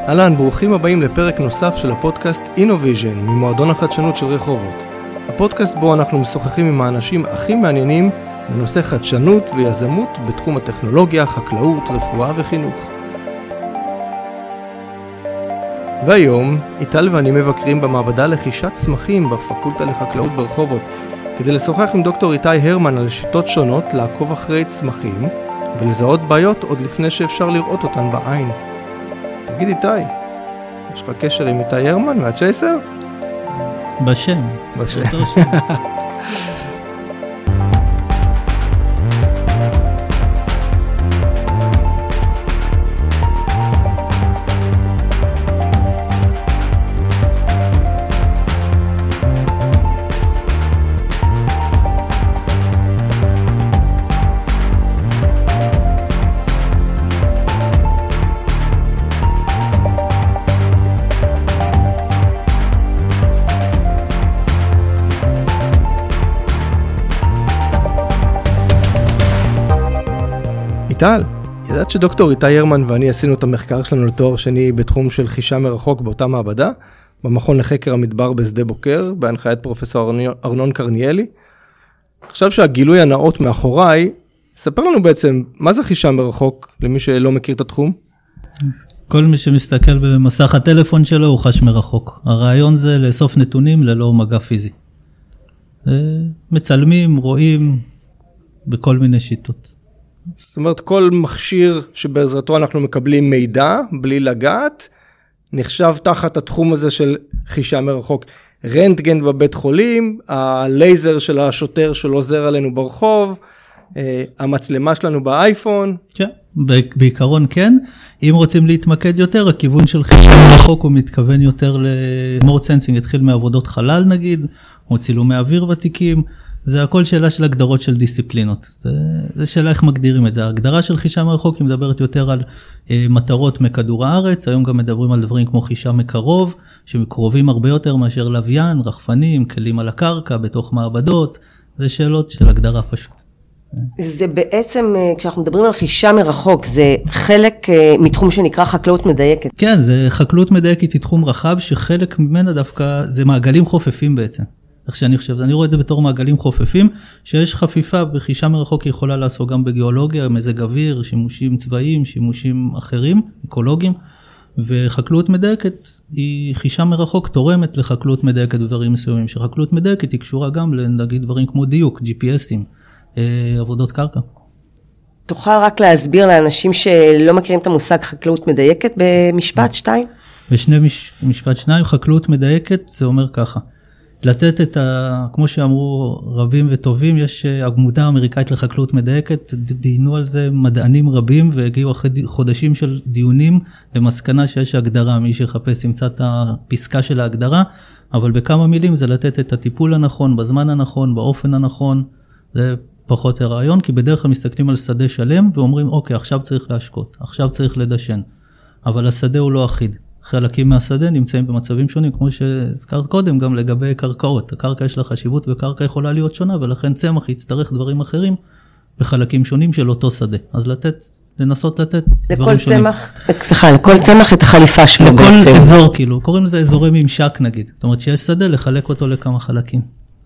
אהלן, ברוכים הבאים לפרק נוסף של הפודקאסט InnoVision ממועדון החדשנות של רחובות. הפודקאסט בו אנחנו משוחחים עם האנשים הכי מעניינים בנושא חדשנות ויזמות בתחום הטכנולוגיה, חקלאות, רפואה וחינוך. והיום, איטל ואני מבקרים במעבדה לחישת צמחים בפקולטה לחקלאות ברחובות, כדי לשוחח עם דוקטור איתי הרמן על שיטות שונות לעקוב אחרי צמחים ולזהות בעיות עוד לפני שאפשר לראות אותן בעין. תגיד איתי, יש לך קשר עם איתי הרמן מהצ'ייסר? בשם. אותו שם. איטל, ידעת שדוקטור איתי הרמן ואני עשינו את המחקר שלנו לתואר שני בתחום של חישה מרחוק באותה מעבדה, במכון לחקר המדבר בשדה בוקר, בהנחיית פרופסור ארנון קרניאלי. עכשיו שהגילוי הנאות מאחוריי, ספר לנו בעצם מה זה חישה מרחוק למי שלא מכיר את התחום? כל מי שמסתכל במסך הטלפון שלו הוא חש מרחוק. הרעיון זה לאסוף נתונים ללא מגע פיזי. מצלמים, רואים בכל מיני שיטות. זאת אומרת, כל מכשיר שבעזרתו אנחנו מקבלים מידע, בלי לגעת, נחשב תחת התחום הזה של חישה מרחוק. רנטגן בבית חולים, הלייזר של השוטר שלא עוזר עלינו ברחוב, המצלמה שלנו באייפון. כן, בעיקרון כן. אם רוצים להתמקד יותר, הכיוון של חישה מרחוק הוא מתכוון יותר ל-remote sensing, התחיל מעבודות חלל נגיד, או צילומי אוויר ותיקים, זה הכל שאלה של הגדרות של דיסציפלינות. זה שאלה איך מגדירים את זה. ההגדרה של חישה מרחוק היא מדברת יותר על מטרות מכדור הארץ, היום גם מדברים על דברים כמו חישה מקרוב, שמקרובים הרבה יותר מאשר לוויין, רחפנים, כלים על הקרקע, בתוך מעבדות, זה שאלות של הגדרה פשוט. זה בעצם, כשאנחנו מדברים על חישה מרחוק, זה חלק מתחום שנקרא חקלאות מדייקת. כן, זה חקלאות מדייקת היא תחום רחב, שחלק ממנה דווקא זה מעגלים חופפים בעצם. איך שאני חושב, אני רואה את זה בתור מעגלים חופפים, שיש חפיפה בחישה מרחוק, היא יכולה לעשות גם בגיאולוגיה, מזג אוויר, שימושים צבאיים, שימושים אחרים, אקולוגיים, וחקלאות מדייקת היא חישה מרחוק תורמת לחקלאות מדייקת בדברים מסוימים, שחקלאות מדייקת היא קשורה גם לנגיד דברים כמו דיוק, GPSים, עבודות קרקע. תוכל רק להסביר לאנשים שלא מכירים את המושג חקלאות מדייקת במשפט 2? בשני משפט 2, חקלאות מדייקת זה אומר ככה, לתת כמו שאמרו רבים וטובים, יש עמודה אמריקאית לחקלאות מדייקת, דיינו על זה מדענים רבים, והגיעו אחרי חודשים של דיונים למסקנה שיש הגדרה, מי שיחפש ימצא את הפסקה של ההגדרה, אבל בכמה מילים זה לתת את הטיפול הנכון, בזמן הנכון, באופן הנכון, זה פחות הרעיון, כי בדרך כלל מסתכלים על שדה שלם, ואומרים אוקיי, עכשיו צריך להשקות, עכשיו צריך לדשן, אבל השדה הוא לא אחיד. חלקים מהשדה נמצאים במצבים שונים, כמו שהזכרת קודם, גם לגבי קרקעות. הקרקע יש לה חשיבות וקרקע יכולה להיות שונה, ולכן צמח יצטרך דברים אחרים בחלקים שונים של אותו שדה. אז לנסות לתת דברים שונים. לכל צמח את החליפה שלו. לכל אזור, כאילו, קוראים לזה אזורי ממשק נגיד. זאת אומרת שיש שדה לחלק אותו לכמה חלקים.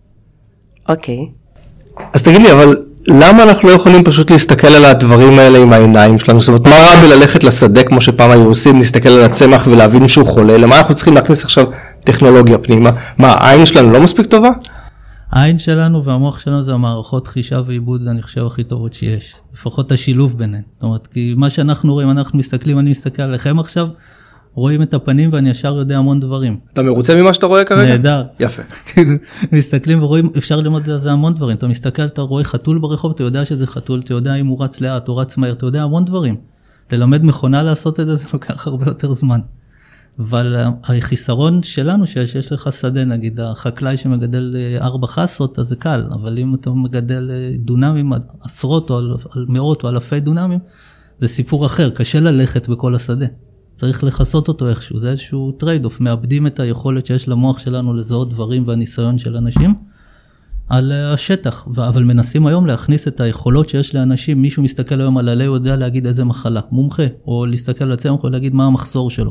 אוקיי. אז תגיד לי, אבל למה אנחנו לא יכולים פשוט להסתכל על הדברים האלה עם העיניים שלנו? זאת אומרת, מה בללכת לשדה כמו שפעם היו עושים, להסתכל על הצמח ולהבין שהוא חולה? למה אנחנו צריכים להכניס עכשיו טכנולוגיה פנימה? מה, העין שלנו לא מספיק טובה? העין שלנו והמוח שלנו זה המערכות חישה ועיבוד, אני חושב, הכי טובות שיש. לפחות השילוב ביניהן. זאת אומרת, כי מה שאנחנו רואים, אנחנו מסתכלים, אני מסתכל עליכם עכשיו, רואים את הפנים ואני ישר יודע המון דברים. אתה מרוצה ממה שאתה רואה כרגע? נהדר. יפה. מסתכלים ורואים, אפשר ללמוד על זה המון דברים. אתה מסתכל, אתה רואה חתול ברחוב, אתה יודע שזה חתול, אתה יודע אם הוא רץ לאט או רץ מהר, אתה יודע המון דברים. ללמד מכונה לעשות את זה, זה לוקח הרבה יותר זמן. אבל החיסרון שלנו שיש לך שדה, נגיד החקלאי שמגדל 4 חסות, אז זה קל. אבל אם אתה מגדל דונמים, עשרות או מאות או אלפי דונמים, זה סיפור אחר, קשה ללכת בכל השדה. צריך לחסות אותו איכשהו, זה איזשהו טרייד-אוף, מאבדים את היכולת שיש למוח שלנו לזהות דברים והניסיון של אנשים על השטח, אבל מנסים היום להכניס את היכולות שיש לאנשים, מישהו מסתכל היום על עלי, הוא יודע להגיד איזה מחלה, מומחה, או להסתכל על עצמם ולהגיד מה המחסור שלו,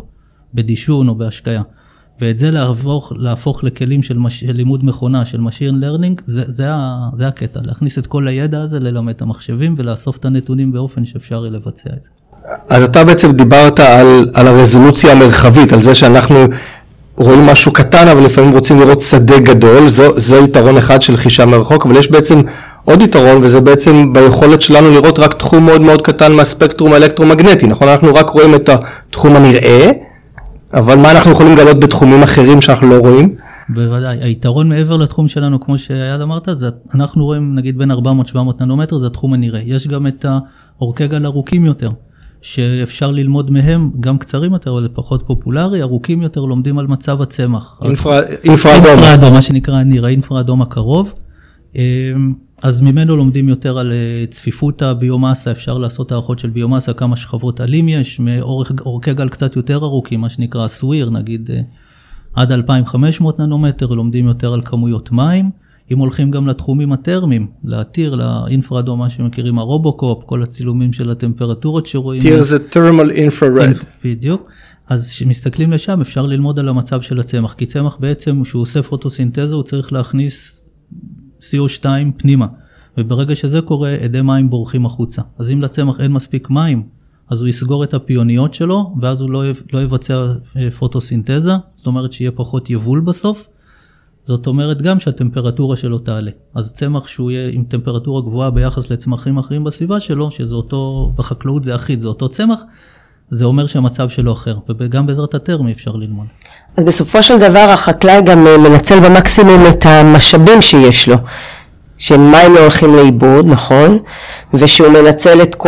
בדישון או בהשקיה. ואת זה להפוך לכלים של לימוד מכונה, של Machine Learning, זה הקטע, להכניס את כל הידע הזה, ללמד את המחשבים ולאסוף את הנתונים באופן שאפשר לבצע את זה. אז אתה בעצם דיברת על הרזולוציה המרחבית, על זה שאנחנו רואים משהו קטן, אבל לפעמים רוצים לראות שדה גדול, זו יתרון אחד של חישה מרחוק, אבל יש בעצם עוד יתרון, וזה בעצם ביכולת שלנו לראות רק תחום מאוד מאוד קטן מהספקטרום האלקטרומגנטי, נכון? אנחנו רק רואים את התחום הנראה, אבל מה אנחנו יכולים לגלות בתחומים אחרים שאנחנו לא רואים? בוודאי, היתרון מעבר לתחום שלנו, כמו שאייל אמרת, אנחנו רואים נגיד בין 400-700 ננומטר, זה התחום הנראה. יש גם את האורכי גל ארוכים יותר, שאפשר ללמוד מהם, גם קצרים יותר, אבל פחות פופולרי, ארוכים יותר לומדים על מצב הצמח. אינפרה-אדום, מה שנקרא נראה, אינפרה-אדום הקרוב. אז ממנו לומדים יותר על צפיפות הביומסה, אפשר לעשות הערכות של ביומסה, כמה שכבות עלים יש, מאורכי גל קצת יותר ארוכים, מה שנקרא סוויר, נגיד עד 2500 ננומטר, לומדים יותר על כמויות מים. אם הולכים גם לתחומים הטרמיים, להתיר, לאינפרה-אדום, מה שמכירים, הרובוקופ, כל הצילומים של הטמפרטורות שרואים. תיר זה thermal infrared. בדיוק. אז כשמסתכלים לשם, אפשר ללמוד על המצב של הצמח, כי צמח בעצם, כשהוא עושה פוטוסינתזה, הוא צריך להכניס CO2 פנימה, וברגע שזה קורה, עדי מים בורחים החוצה. אז אם לצמח אין מספיק מים, אז הוא יסגור את הפיוניות שלו, ואז הוא לא יבצע פוטוסינתזה, זאת אומרת שיהיה פחות יבול בסוף, זאת אומרת גם שהטמפרטורה שלו תעלה. אז צמח שהוא יהיה עם טמפרטורה גבוהה ביחס לצמחים אחרים בסביבה שלו, שזה אותו, בחקלאות זה אחיד, זה אותו צמח, זה אומר שהמצב שלו אחר, וגם בעזרת הטרמי אפשר ללמוד. אז בסופו של דבר החקלאי גם מנצל במקסימום את המשאבים שיש לו, שמים לא הולכים לאיבוד, נכון? ושהוא מנצל את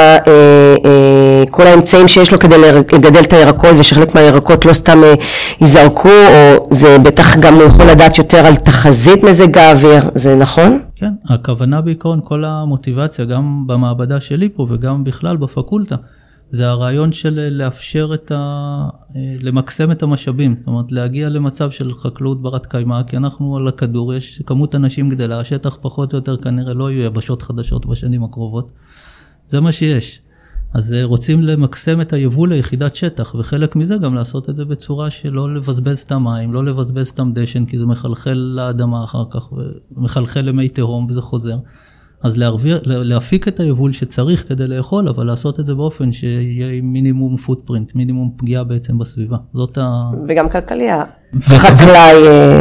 כל האמצעים שיש לו כדי לגדל את הירקות, ושחלק מהירקות לא סתם ייזרקו, או זה בטח גם הוא יכול לדעת יותר על תחזית מזג האוויר, זה נכון? כן, הכוונה בעיקרון, כל המוטיבציה, גם במעבדה שלי פה וגם בכלל בפקולטה, זה הרעיון של לאפשר למקסם את המשאבים, זאת אומרת להגיע למצב של חקלאות ברת קיימא, כי אנחנו על הכדור, יש כמות אנשים גדלה, השטח פחות או יותר כנראה לא יהיו יבשות חדשות בשנים הקרובות, זה מה שיש. אז רוצים למקסם את היבול ליחידת שטח, וחלק מזה גם לעשות את זה בצורה שלא לבזבז את המים, לא לבזבז את דשן, כי זה מחלחל לאדמה אחר כך, ומחלחל למי תהום וזה חוזר. אז להפיק את היבול שצריך כדי לאכול, אבל לעשות את זה באופן שיהיה מינימום פוטפרינט, מינימום פגיעה בעצם בסביבה. וגם כלכלי, החקלאי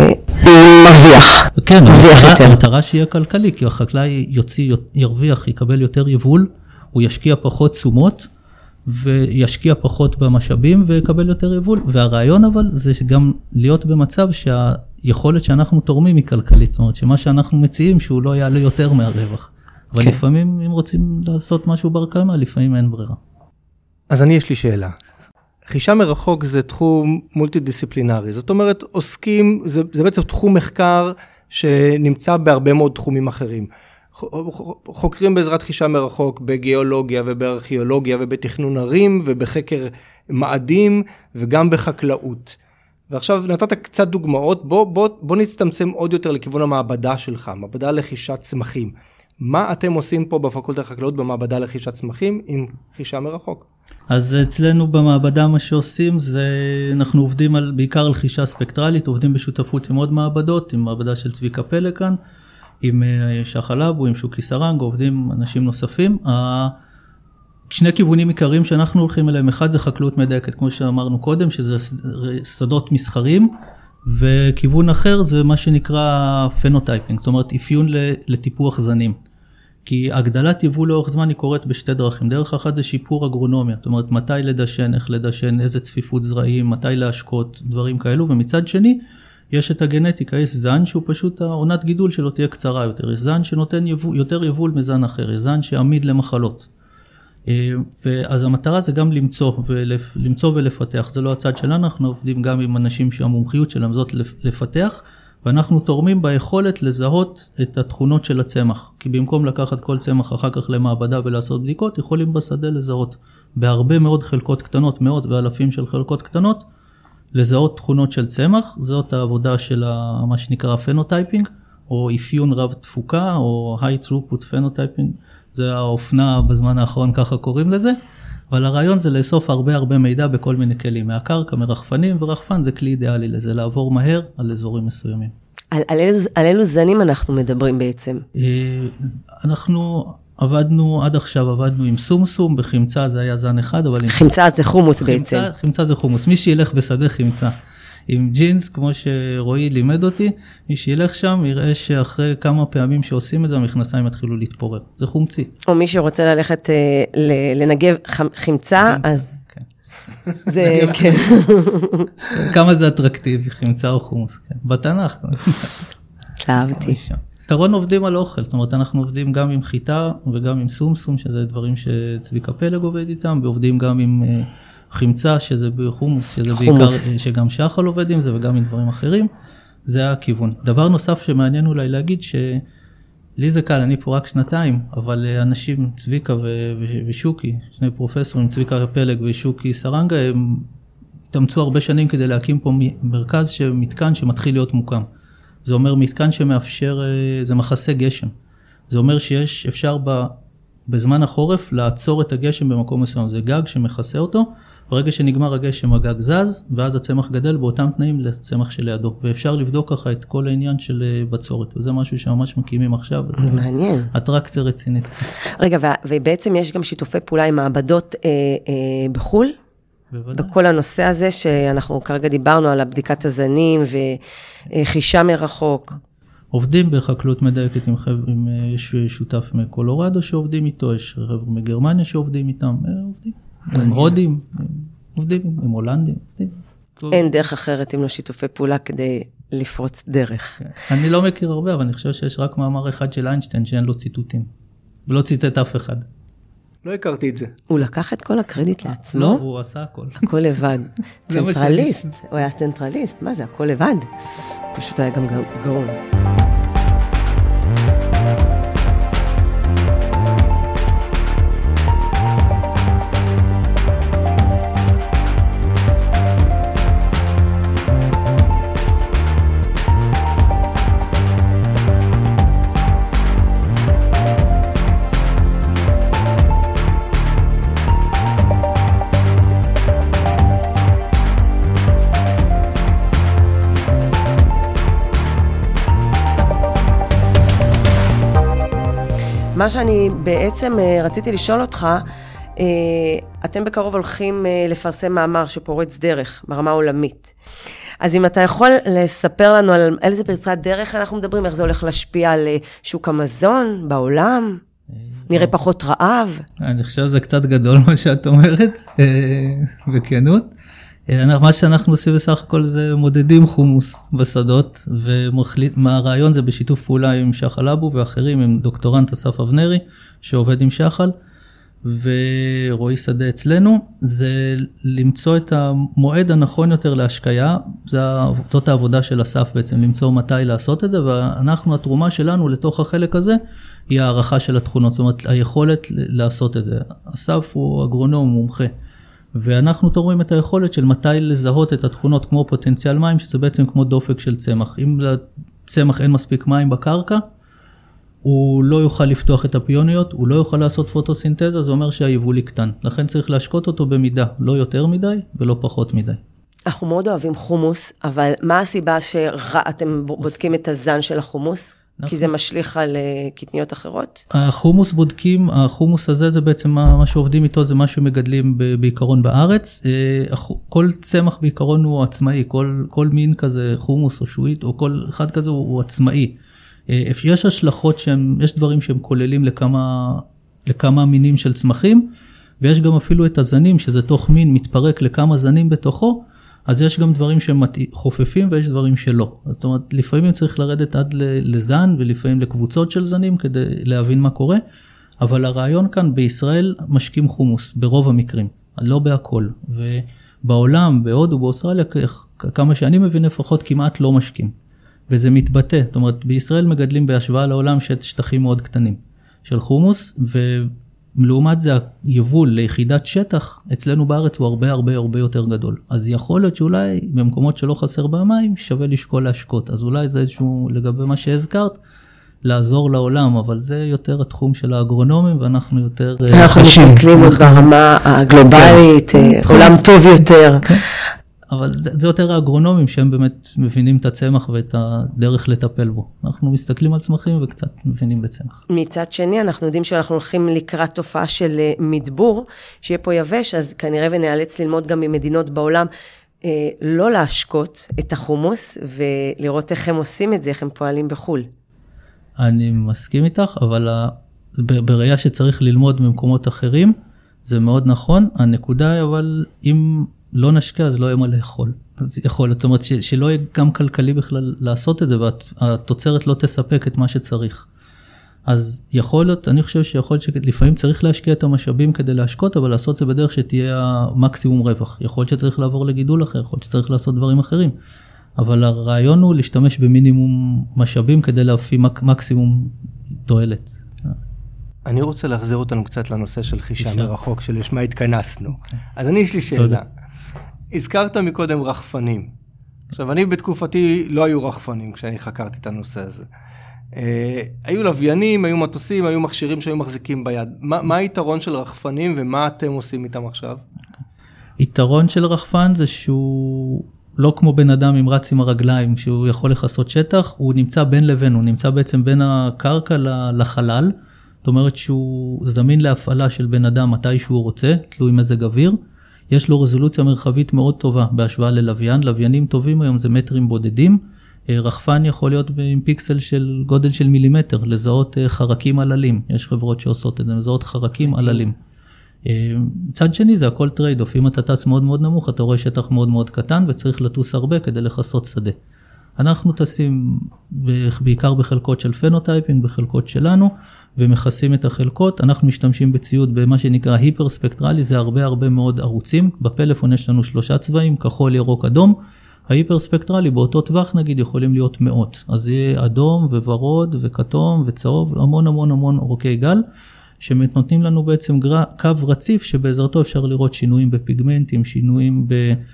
מרוויח. כן, המטרה שיהיה כלכלי, כי החקלאי ירוויח, יקבל יותר יבול, הוא ישקיע פחות תשומות, וישקיע פחות במשאבים, ויקבל יותר יבול. והרעיון אבל זה גם להיות במצב שהיכולת שאנחנו תורמים היא כלכלית, זאת אומרת שמה שאנחנו מציעים שהוא לא יעלה יותר מהרווח. אבל לפעמים אם רוצים לעשות משהו בר קיימא, לפעמים אין ברירה. אז יש לי שאלה. חישה מרחוק זה תחום מולטי דיסציפלינרי, זאת אומרת עוסקים, זה בעצם תחום מחקר שנמצא בהרבה מאוד תחומים אחרים. חוקרים בעזרת חישה מרחוק בגיאולוגיה ובארכיאולוגיה ובתכנון ערים ובחקר מאדים וגם בחקלאות. ועכשיו נתת קצת דוגמאות, בוא נצטמצם עוד יותר לכיוון המעבדה שלך, מעבדה לחישת צמחים. מה אתם עושים פה בפקולטה לחקלאות במעבדה לחישת צמחים עם חישה מרחוק? אז אצלנו במעבדה מה שעושים זה, אנחנו עובדים בעיקר על חישה ספקטרלית, עובדים בשותפות עם עוד מעבדות, עם מעבדה של צביקה פלקן, עם שחלבו, עם שוקי סרנגו, עובדים אנשים נוספים. שני כיוונים עיקריים שאנחנו הולכים אליהם, אחד זה חקלאות מדייקת, כמו שאמרנו קודם, שזה שדות מסחרים, וכיוון אחר זה מה שנקרא פנוטייפינג, זאת אומרת אפיון לטיפוח זנים. כי הגדלת יבול לאורך זמן היא קורית בשתי דרכים. דרך אחת זה שיפור אגרונומיה, זאת אומרת מתי לדשן, איך לדשן, איזה צפיפות זרעים, מתי להשקות, דברים כאלו, ומצד שני, יש את הגנטיקה, יש זן שהוא פשוט העונת גידול שלו תהיה קצרה יותר, יש זן שנותן יותר יבול מזן אחר, יש זן שעמיד למחלות. אז המטרה זה גם למצוא ולפתח, זה לא הצד שלנו, אנחנו עובדים גם עם אנשים שהמומחיות שלהם זאת לפתח, ואנחנו תורמים ביכולת לזהות את התכונות של הצמח, כי במקום לקחת כל צמח אחר כך למעבדה ולעשות בדיקות, יכולים בשדה לזהות בהרבה מאוד חלקות קטנות, מאות ואלפים של חלקות קטנות, לזהות תכונות של צמח, זאת העבודה של מה שנקרא פנוטייפינג, או אפיון רב תפוקה, או high throughput phenotyping, זה האופנה בזמן האחרון ככה קוראים לזה, אבל הרעיון זה לאסוף הרבה מידע בכל מיני כלים, מהקרקע, מרחפנים, ורחפן זה כלי אידיאלי לזה, לעבור מהר על אזורים מסוימים. על אילו זנים אנחנו מדברים בעצם? אנחנו עבדנו, עד עכשיו עבדנו עם סומסום, בחמצה זה היה זן אחד, אבל... חמצה זה חומוס בעצם. חמצה זה חומוס, מי שילך בשדה חמצה. עם ג'ינס, כמו שרועי לימד אותי, מי שילך שם יראה שאחרי כמה פעמים שעושים את זה, המכנסיים יתחילו להתפורר. זה חומצי. או מי שרוצה ללכת לנגב חמצה, אז... זה, כן. כמה זה אטרקטיבי, חמצה או חומוס, כן. בתנ"ך. אהבתי. קרון עובדים על אוכל, זאת אומרת, אנחנו עובדים גם עם חיטה וגם עם סומסום, שזה דברים שצביקה פלג עובד איתם, ועובדים גם עם חמצה, שזה בחומוס, שזה בעיקר, שגם שחל עובד עם זה, וגם עם דברים אחרים. זה הכיוון. דבר נוסף שמעניין אולי להגיד, שלי זה קל, אני פה רק 2, אבל אנשים, צביקה ושוקי, שני פרופסורים, צביקה פלג ושוקי סרנגה, הם התאמצו הרבה שנים כדי להקים פה מרכז מתקן שמתחיל להיות מוקם. זה אומר מתקן שמאפשר, זה מחסה גשם. זה אומר אפשר בזמן החורף לעצור את הגשם במקום מסוים. זה גג שמחסה אותו, ברגע שנגמר הגשם הגג זז, ואז הצמח גדל באותם תנאים לצמח שלידו. ואפשר לבדוק ככה את כל העניין של בצורת. וזה משהו שממש מקימים עכשיו. מעניין. אטרקציה רצינית. רגע, ובעצם יש גם שיתופי פעולה עם מעבדות בחול? בכל הנושא הזה שאנחנו כרגע דיברנו על הבדיקת הזנים וחישה מרחוק. עובדים בחקלאות מדייקת יש שותף מקולורדו שעובדים איתו, יש חבר'ה מגרמניה שעובדים איתם, עם הודים, עובדים עם הולנדים. אין דרך אחרת אם לא שיתופי פעולה כדי לפרוץ דרך. אני לא מכיר הרבה, אבל אני חושב שיש רק מאמר אחד של איינשטיין שאין לו ציטוטים, ולא ציטט אף אחד. לא הכרתי את זה. הוא לקח את כל הקרדיט לעצמו? לא, הוא עשה הכל. הכל לבד. צנטרליסט. הוא היה צנטרליסט. מה זה? הכל לבד. פשוט היה גם גאון. מה שאני בעצם רציתי לשאול אותך, אתם בקרוב הולכים לפרסם מאמר שפורץ דרך ברמה עולמית. אז אם אתה יכול לספר לנו על איזה פריצת דרך אנחנו מדברים, איך זה הולך להשפיע על שוק המזון בעולם? נראה פחות רעב? אני חושב שזה קצת גדול מה שאת אומרת, בכנות. מה שאנחנו עושים בסך הכל זה מודדים חומוס בשדות, והרעיון זה בשיתוף פעולה עם שחל אבו ואחרים, עם דוקטורנט אסף אבנרי, שעובד עם שחל, ורועי שדה אצלנו, זה למצוא את המועד הנכון יותר להשקיה, זאת העבודה של אסף בעצם, למצוא מתי לעשות את זה, ואנחנו, התרומה שלנו לתוך החלק הזה, היא הערכה של התכונות, זאת אומרת, היכולת לעשות את זה. אסף הוא אגרונום, מומחה. ואנחנו תורמים את היכולת של מתי לזהות את התכונות כמו פוטנציאל מים, שזה בעצם כמו דופק של צמח. אם לצמח אין מספיק מים בקרקע, הוא לא יוכל לפתוח את הפיוניות, הוא לא יוכל לעשות פוטוסינתזה, זה אומר שהיבול יקטן. לכן צריך להשקות אותו במידה, לא יותר מדי ולא פחות מדי. אנחנו מאוד אוהבים חומוס, אבל מה הסיבה שאתם בודקים את הזן של החומוס? כי זה משליך על קטניות אחרות? החומוס בודקים, החומוס הזה זה בעצם מה שעובדים איתו, זה מה שמגדלים בעיקרון בארץ. כל צמח בעיקרון הוא עצמאי, כל מין כזה חומוס או שועית, או כל אחד כזה הוא עצמאי. יש השלכות יש דברים שהם כוללים לכמה מינים של צמחים, ויש גם אפילו את הזנים, שזה תוך מין מתפרק לכמה זנים בתוכו, אז יש גם דברים שהם חופפים ויש דברים שלא. זאת אומרת, לפעמים צריך לרדת עד לזן ולפעמים לקבוצות של זנים כדי להבין מה קורה, אבל הרעיון כאן בישראל משקים חומוס ברוב המקרים, לא בהכל. ובעולם, בהודו, באוסטרליה, כמה שאני מבין לפחות כמעט לא משקים. וזה מתבטא, זאת אומרת, בישראל מגדלים בהשוואה לעולם שטחים מאוד קטנים של חומוס, לעומת זה היבול ליחידת שטח, אצלנו בארץ הוא הרבה יותר גדול. אז יכול להיות שאולי במקומות שלא חסר במים, שווה לשקול להשקות. אז אולי זה איזשהו, לגבי מה שהזכרת, לעזור לעולם, אבל זה יותר התחום של האגרונומים, ואנחנו יותר אנחנו מסתכלים עוד ברמה הגלובלית, עולם טוב יותר. אבל זה יותר האגרונומים שהם באמת מבינים את הצמח ואת הדרך לטפל בו. אנחנו מסתכלים על צמחים וקצת מבינים בצמח. מצד שני, אנחנו יודעים שאנחנו הולכים לקראת תופעה של מדבור, שיהיה פה יבש, אז כנראה ונאלץ ללמוד גם ממדינות בעולם, לא להשקות את החומוס, ולראות איך הם עושים את זה, איך הם פועלים בחול. אני מסכים איתך, אבל בראייה שצריך ללמוד ממקומות אחרים, זה מאוד נכון. הנקודה היא, אבל אם לא נשקע, אז לא יהיה מה לאכול. אז יכול, זאת אומרת, שלא יהיה גם כלכלי בכלל לעשות את זה, והתוצרת לא תספק את מה שצריך. אז יכול להיות, אני חושב שיכול להיות שלפעמים צריך להשקיע את המשאבים כדי להשקות, אבל לעשות זה בדרך שתהיה המקסימום רווח. יכול להיות שצריך לעבור לגידול אחר, יכול להיות שצריך לעשות דברים אחרים. אבל הרעיון הוא להשתמש במינימום משאבים כדי להפיא מקסימום תועלת. אני רוצה להחזיר אותנו קצת לנושא של חישה מרחוק, שלשמה התכנסנו. אז יש לי שאלה. הזכרת מקודם רחפנים. עכשיו, אני בתקופתי לא היו רחפנים כשאני חקרתי את הנושא הזה. היו לוויינים, היו מטוסים, היו מכשירים שהיו מחזיקים ביד. מה היתרון של רחפנים ומה אתם עושים איתם עכשיו? יתרון של רחפן זה שהוא לא כמו בן אדם עם רץ עם הרגליים, שהוא יכול לחסות שטח, הוא נמצא בין לבין, הוא נמצא בעצם בין הקרקע לחלל, זאת אומרת שהוא זמין להפעלה של בן אדם מתי שהוא רוצה, תלוי מזג אוויר, יש לו רזולוציה מרחבית מאוד טובה בהשוואה ללוויין, לוויינים טובים היום זה מטרים בודדים, רחפן יכול להיות עם פיקסל של גודל של מילימטר, לזהות חרקים עללים, יש חברות שעושות את זה, לזהות חרקים עללים. מצד שני זה הכל טרייד אוף, אם אתה טס מאוד מאוד נמוך, אתה רואה שטח מאוד מאוד קטן וצריך לטוס הרבה כדי לחסות שדה. אנחנו טסים בעיקר בחלקות של פנוטייפינג, בחלקות שלנו, ומכסים את החלקות, אנחנו משתמשים בציוד במה שנקרא היפר ספקטרלי, זה הרבה מאוד ערוצים, בפלאפון יש לנו 3 צבעים, כחול, ירוק, אדום, ההיפר ספקטרלי באותו טווח נגיד יכולים להיות מאות, אז יהיה אדום וורוד וכתום וצהוב, המון אורכי גל, שנותנים לנו בעצם קו רציף שבעזרתו אפשר לראות שינויים בפיגמנטים, שינויים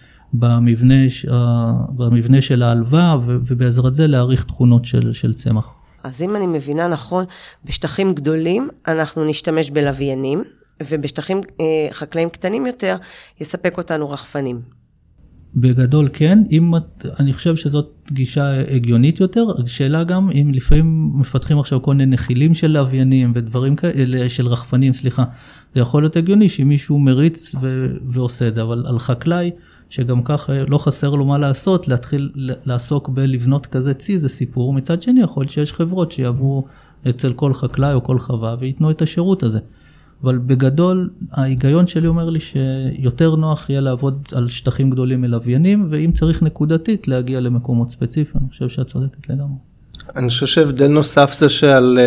במבנה של ההלוואה, ובעזרת זה להעריך תכונות של צמח. אז אם אני מבינה נכון, בשטחים גדולים אנחנו נשתמש בלוויינים, ובשטחים חקלאים קטנים יותר יספק אותנו רחפנים. בגדול כן, אני חושב שזאת גישה הגיונית יותר, שאלה גם אם לפעמים מפתחים עכשיו כל מיני נחילים של לוויינים ודברים כאלה, של רחפנים, סליחה, זה יכול להיות הגיוני שמישהו מריץ ועושה את זה, אבל על חקלאי שגם ככה לא חסר לו מה לעשות, להתחיל לעסוק בלבנות כזה צי, זה סיפור, מצד שני יכול להיות שיש חברות שיעברו אצל כל חקלאי או כל חווה ויתנו את השירות הזה. אבל בגדול, ההיגיון שלי אומר לי שיותר נוח יהיה לעבוד על שטחים גדולים מלוויינים, ואם צריך נקודתית להגיע למקומות ספציפיים, אני חושב שאת צודקת לגמרי. אני חושב שהבדל נוסף זה שעל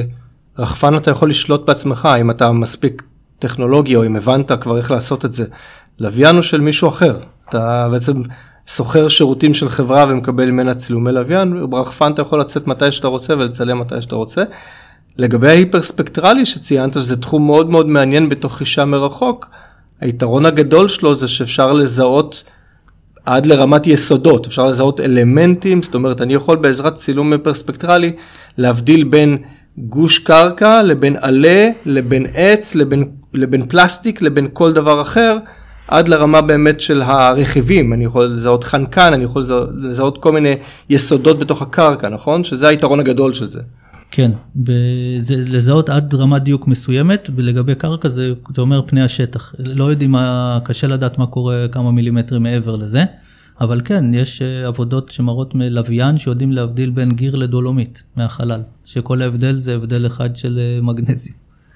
רחפן אתה יכול לשלוט בעצמך, אם אתה מספיק טכנולוגיה, או אם הבנת כבר איך לעשות את זה. לוויין הוא של מישהו אחר. אתה בעצם סוחר שירותים של חברה ומקבל ממנה צילומי לוויין, וברחפן אתה יכול לצאת מתי שאתה רוצה ולצלם מתי שאתה רוצה. לגבי ההיפרספקטרלי שציינת, שזה תחום מאוד מאוד מעניין בתוך חישה מרחוק, היתרון הגדול שלו זה שאפשר לזהות עד לרמת יסודות, אפשר לזהות אלמנטים, זאת אומרת, אני יכול בעזרת צילום פרספקטרלי להבדיל בין גוש קרקע, לבין עלה, לבין עץ, לבין פלסטיק, לבין כל דבר אחר, עד לרמה באמת של הרכיבים, אני יכול לזהות חנקן, אני יכול לזהות כל מיני יסודות בתוך הקרקע, נכון? שזה היתרון הגדול של זה. כן, זה לזהות עד רמת דיוק מסוימת, ולגבי קרקע זה אומר פני השטח. לא יודעים קשה לדעת מה קורה כמה מילימטרים מעבר לזה, אבל כן, יש עבודות שמראות מלוויין שיודעים להבדיל בין גיר לדולומית מהחלל, שכל ההבדל זה הבדל אחד של מגנזיום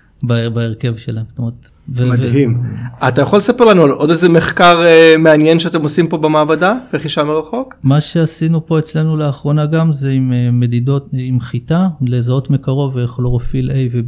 בהרכב שלהם. זאת אומרת, מדהים. אתה יכול לספר לנו על עוד איזה מחקר מעניין שאתם עושים פה במעבדה, בחישה מרחוק? מה שעשינו פה אצלנו לאחרונה גם זה עם מדידות, עם חיטה, לזהות מקרוב כלורופיל A ו-B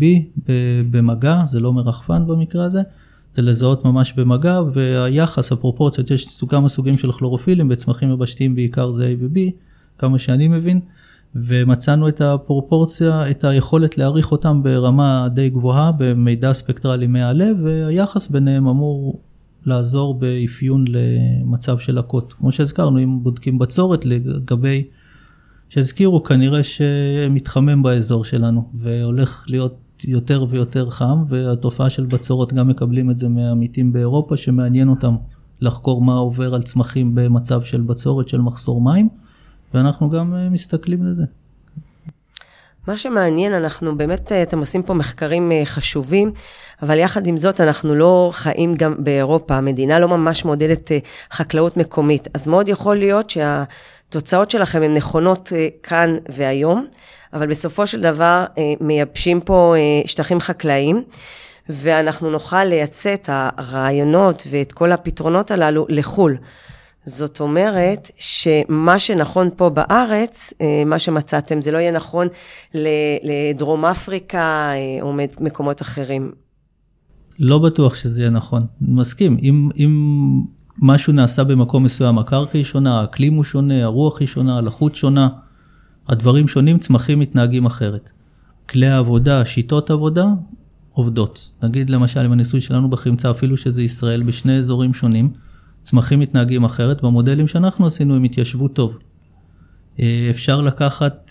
במגע, זה לא מרחפן במקרה הזה, זה לזהות ממש במגע, והיחס, הפרופורציות, יש כמה סוגים של כלורופילים, בצמחים יבשתיים בעיקר זה A ו-B, כמה שאני מבין, ומצאנו את הפרופורציה, את היכולת להעריך אותם ברמה די גבוהה, במידע ספקטרלי מעלה, והיחס ביניהם אמור לעזור באפיון למצב של עקות. כמו שהזכרנו, אם בודקים בצורת לגבי שהזכירו כנראה שמתחמם באזור שלנו, והולך להיות יותר ויותר חם, והתופעה של בצורות גם מקבלים את זה מהעמיתים באירופה, שמעניין אותם לחקור מה עובר על צמחים במצב של בצורת, של מחסור מים, ואנחנו גם מסתכלים לזה. מה שמעניין, אנחנו באמת, אתם עושים פה מחקרים חשובים, אבל יחד עם זאת אנחנו לא חיים גם באירופה, המדינה לא ממש מעודדת חקלאות מקומית, אז מאוד יכול להיות שהתוצאות שלכם הן נכונות כאן והיום, אבל בסופו של דבר מייבשים פה שטחים חקלאיים, ואנחנו נוכל לייצא את הרעיונות ואת כל הפתרונות הללו לחול. זאת אומרת שמה שנכון פה בארץ, מה שמצאתם, זה לא יהיה נכון לדרום אפריקה או מקומות אחרים. לא בטוח שזה יהיה נכון. מסכים, אם משהו נעשה במקום מסוים, הקרקע היא שונה, האקלים הוא שונה, הרוח היא שונה, הלחות שונה, הדברים שונים, צמחים מתנהגים אחרת. כלי העבודה, שיטות עבודה, עובדות. נגיד למשל, עם הניסוי שלנו בחמצה, אפילו שזה ישראל בשני אזורים שונים, צמחים מתנהגים אחרת, במודלים שאנחנו עשינו הם התיישבו טוב. אפשר לקחת,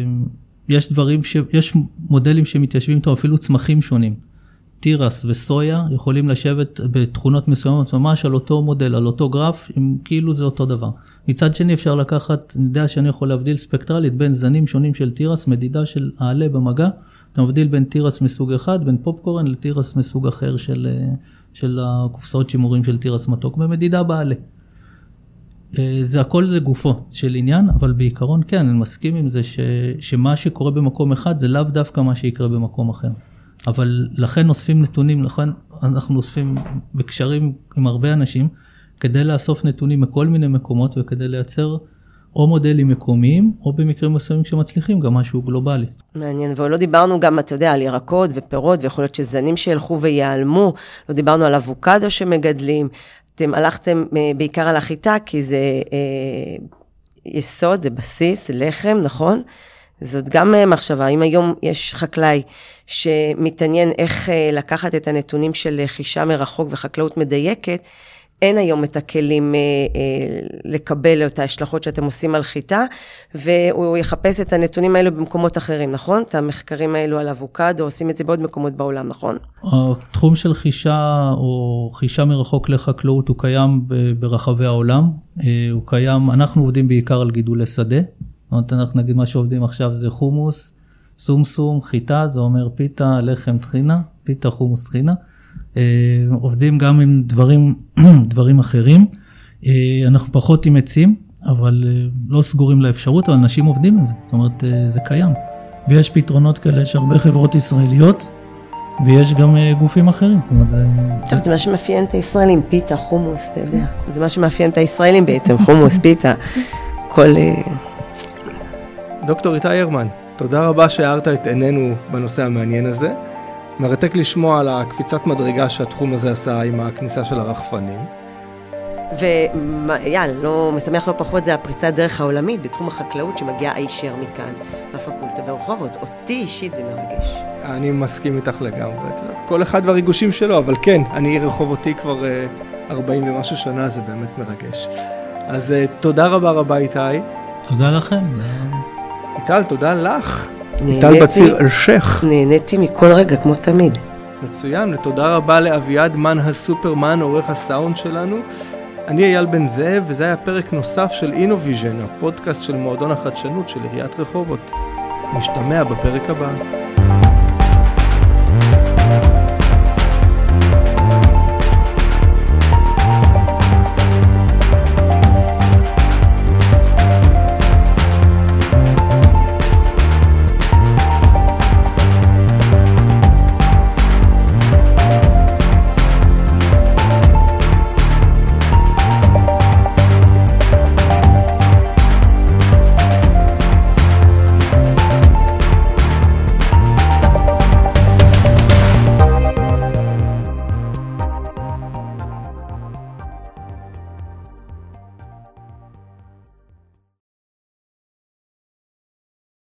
יש מודלים שמתיישבים טוב, אפילו צמחים שונים. תירס וסויה יכולים לשבת בתכונות מסוימות, ממש על אותו מודל, על אותו גרף, כאילו זה אותו דבר. מצד שני אפשר לקחת, אני יודע שאני יכול להבדיל ספקטרלית בין זנים שונים של תירס, מדידה של העלה במגע, אתה מבדיל בין תירס מסוג אחד, בין פופקורן לתירס מסוג אחר של הקופסאות שימורים של תירס מתוק, במדידה בעלה. זה הכל זה גופו של עניין, אבל בעיקרון כן, אני מסכים עם זה שמה שקורה במקום אחד, זה לאו דווקא מה שיקרה במקום אחר. אבל לכן אוספים נתונים, לכן אנחנו אוספים בקשרים עם הרבה אנשים, כדי לאסוף נתונים מכל מיני מקומות, וכדי לייצר או מודלים מקומיים, או במקרים מסוימים שמצליחים, גם משהו גלובלי. מעניין, ולא דיברנו גם, אתה יודע, על ירקות ופירות, ויכול להיות שזנים שילכו ויעלמו, לא דיברנו על אבוקדו שמגדלים, אתם הלכתם בעיקר על החיטה, כי זה יסוד, זה בסיס, זה לחם, נכון? זאת גם מחשבה, אם היום יש חקלאי שמתעניין איך לקחת את הנתונים של חישה מרחוק וחקלאות מדייקת, אין היום את הכלים לקבל את ההשלכות שאתם עושים על חיטה, והוא יחפש את הנתונים האלו במקומות אחרים, נכון? את המחקרים האלו על אבוקדו, עושים את זה בעוד מקומות בעולם, נכון? התחום של חישה או חישה מרחוק לחקלאות הוא קיים ברחבי העולם, הוא קיים, אנחנו עובדים בעיקר על גידולי שדה, אנחנו נגיד מה שעובדים עכשיו זה חומוס, סומסום, חיטה, זה אומר פיתה, לחם, טחינה, פיתה, חומוס, טחינה, עובדים גם עם דברים אחרים, אנחנו פחות עם עצים, אבל לא סגורים לאפשרות, אבל אנשים עובדים עם זה, זאת אומרת זה קיים, ויש פתרונות כאלה, יש הרבה חברות ישראליות, ויש גם גופים אחרים, זאת אומרת טוב, זה מה שמאפיין את הישראלים, פיתה, חומוס, אתה יודע, זה מה שמאפיין את הישראלים בעצם, חומוס, פיתה, כל... דוקטור איתי הרמן, תודה רבה שהארת את עינינו בנושא המעניין הזה. מרתק לשמוע על הקפיצת מדרגה שהתחום הזה עשה עם הכניסה של הרחפנים. לא משמח לא פחות, זה הפריצת דרך העולמית בתחום החקלאות שמגיעה הישר מכאן, מהפקולטה ברחובות. אותי אישית זה מרגש. אני מסכים איתך לגמרי. כל אחד והריגושים שלו, אבל כן, אני רחובותי כבר 40 ומשהו שנה, זה באמת מרגש. אז תודה רבה איתי. תודה לכם. איטל, תודה לך. איטל בציר אלשך. נהניתי מכל רגע, כמו תמיד. מצוין, ותודה רבה לאביעד מן הסופרמן, עורך הסאונד שלנו. אני אייל בן זאב, וזה היה פרק נוסף של אינוביז'ן, הפודקאסט של מועדון החדשנות של עיריית רחובות. נשתמע בפרק הבא.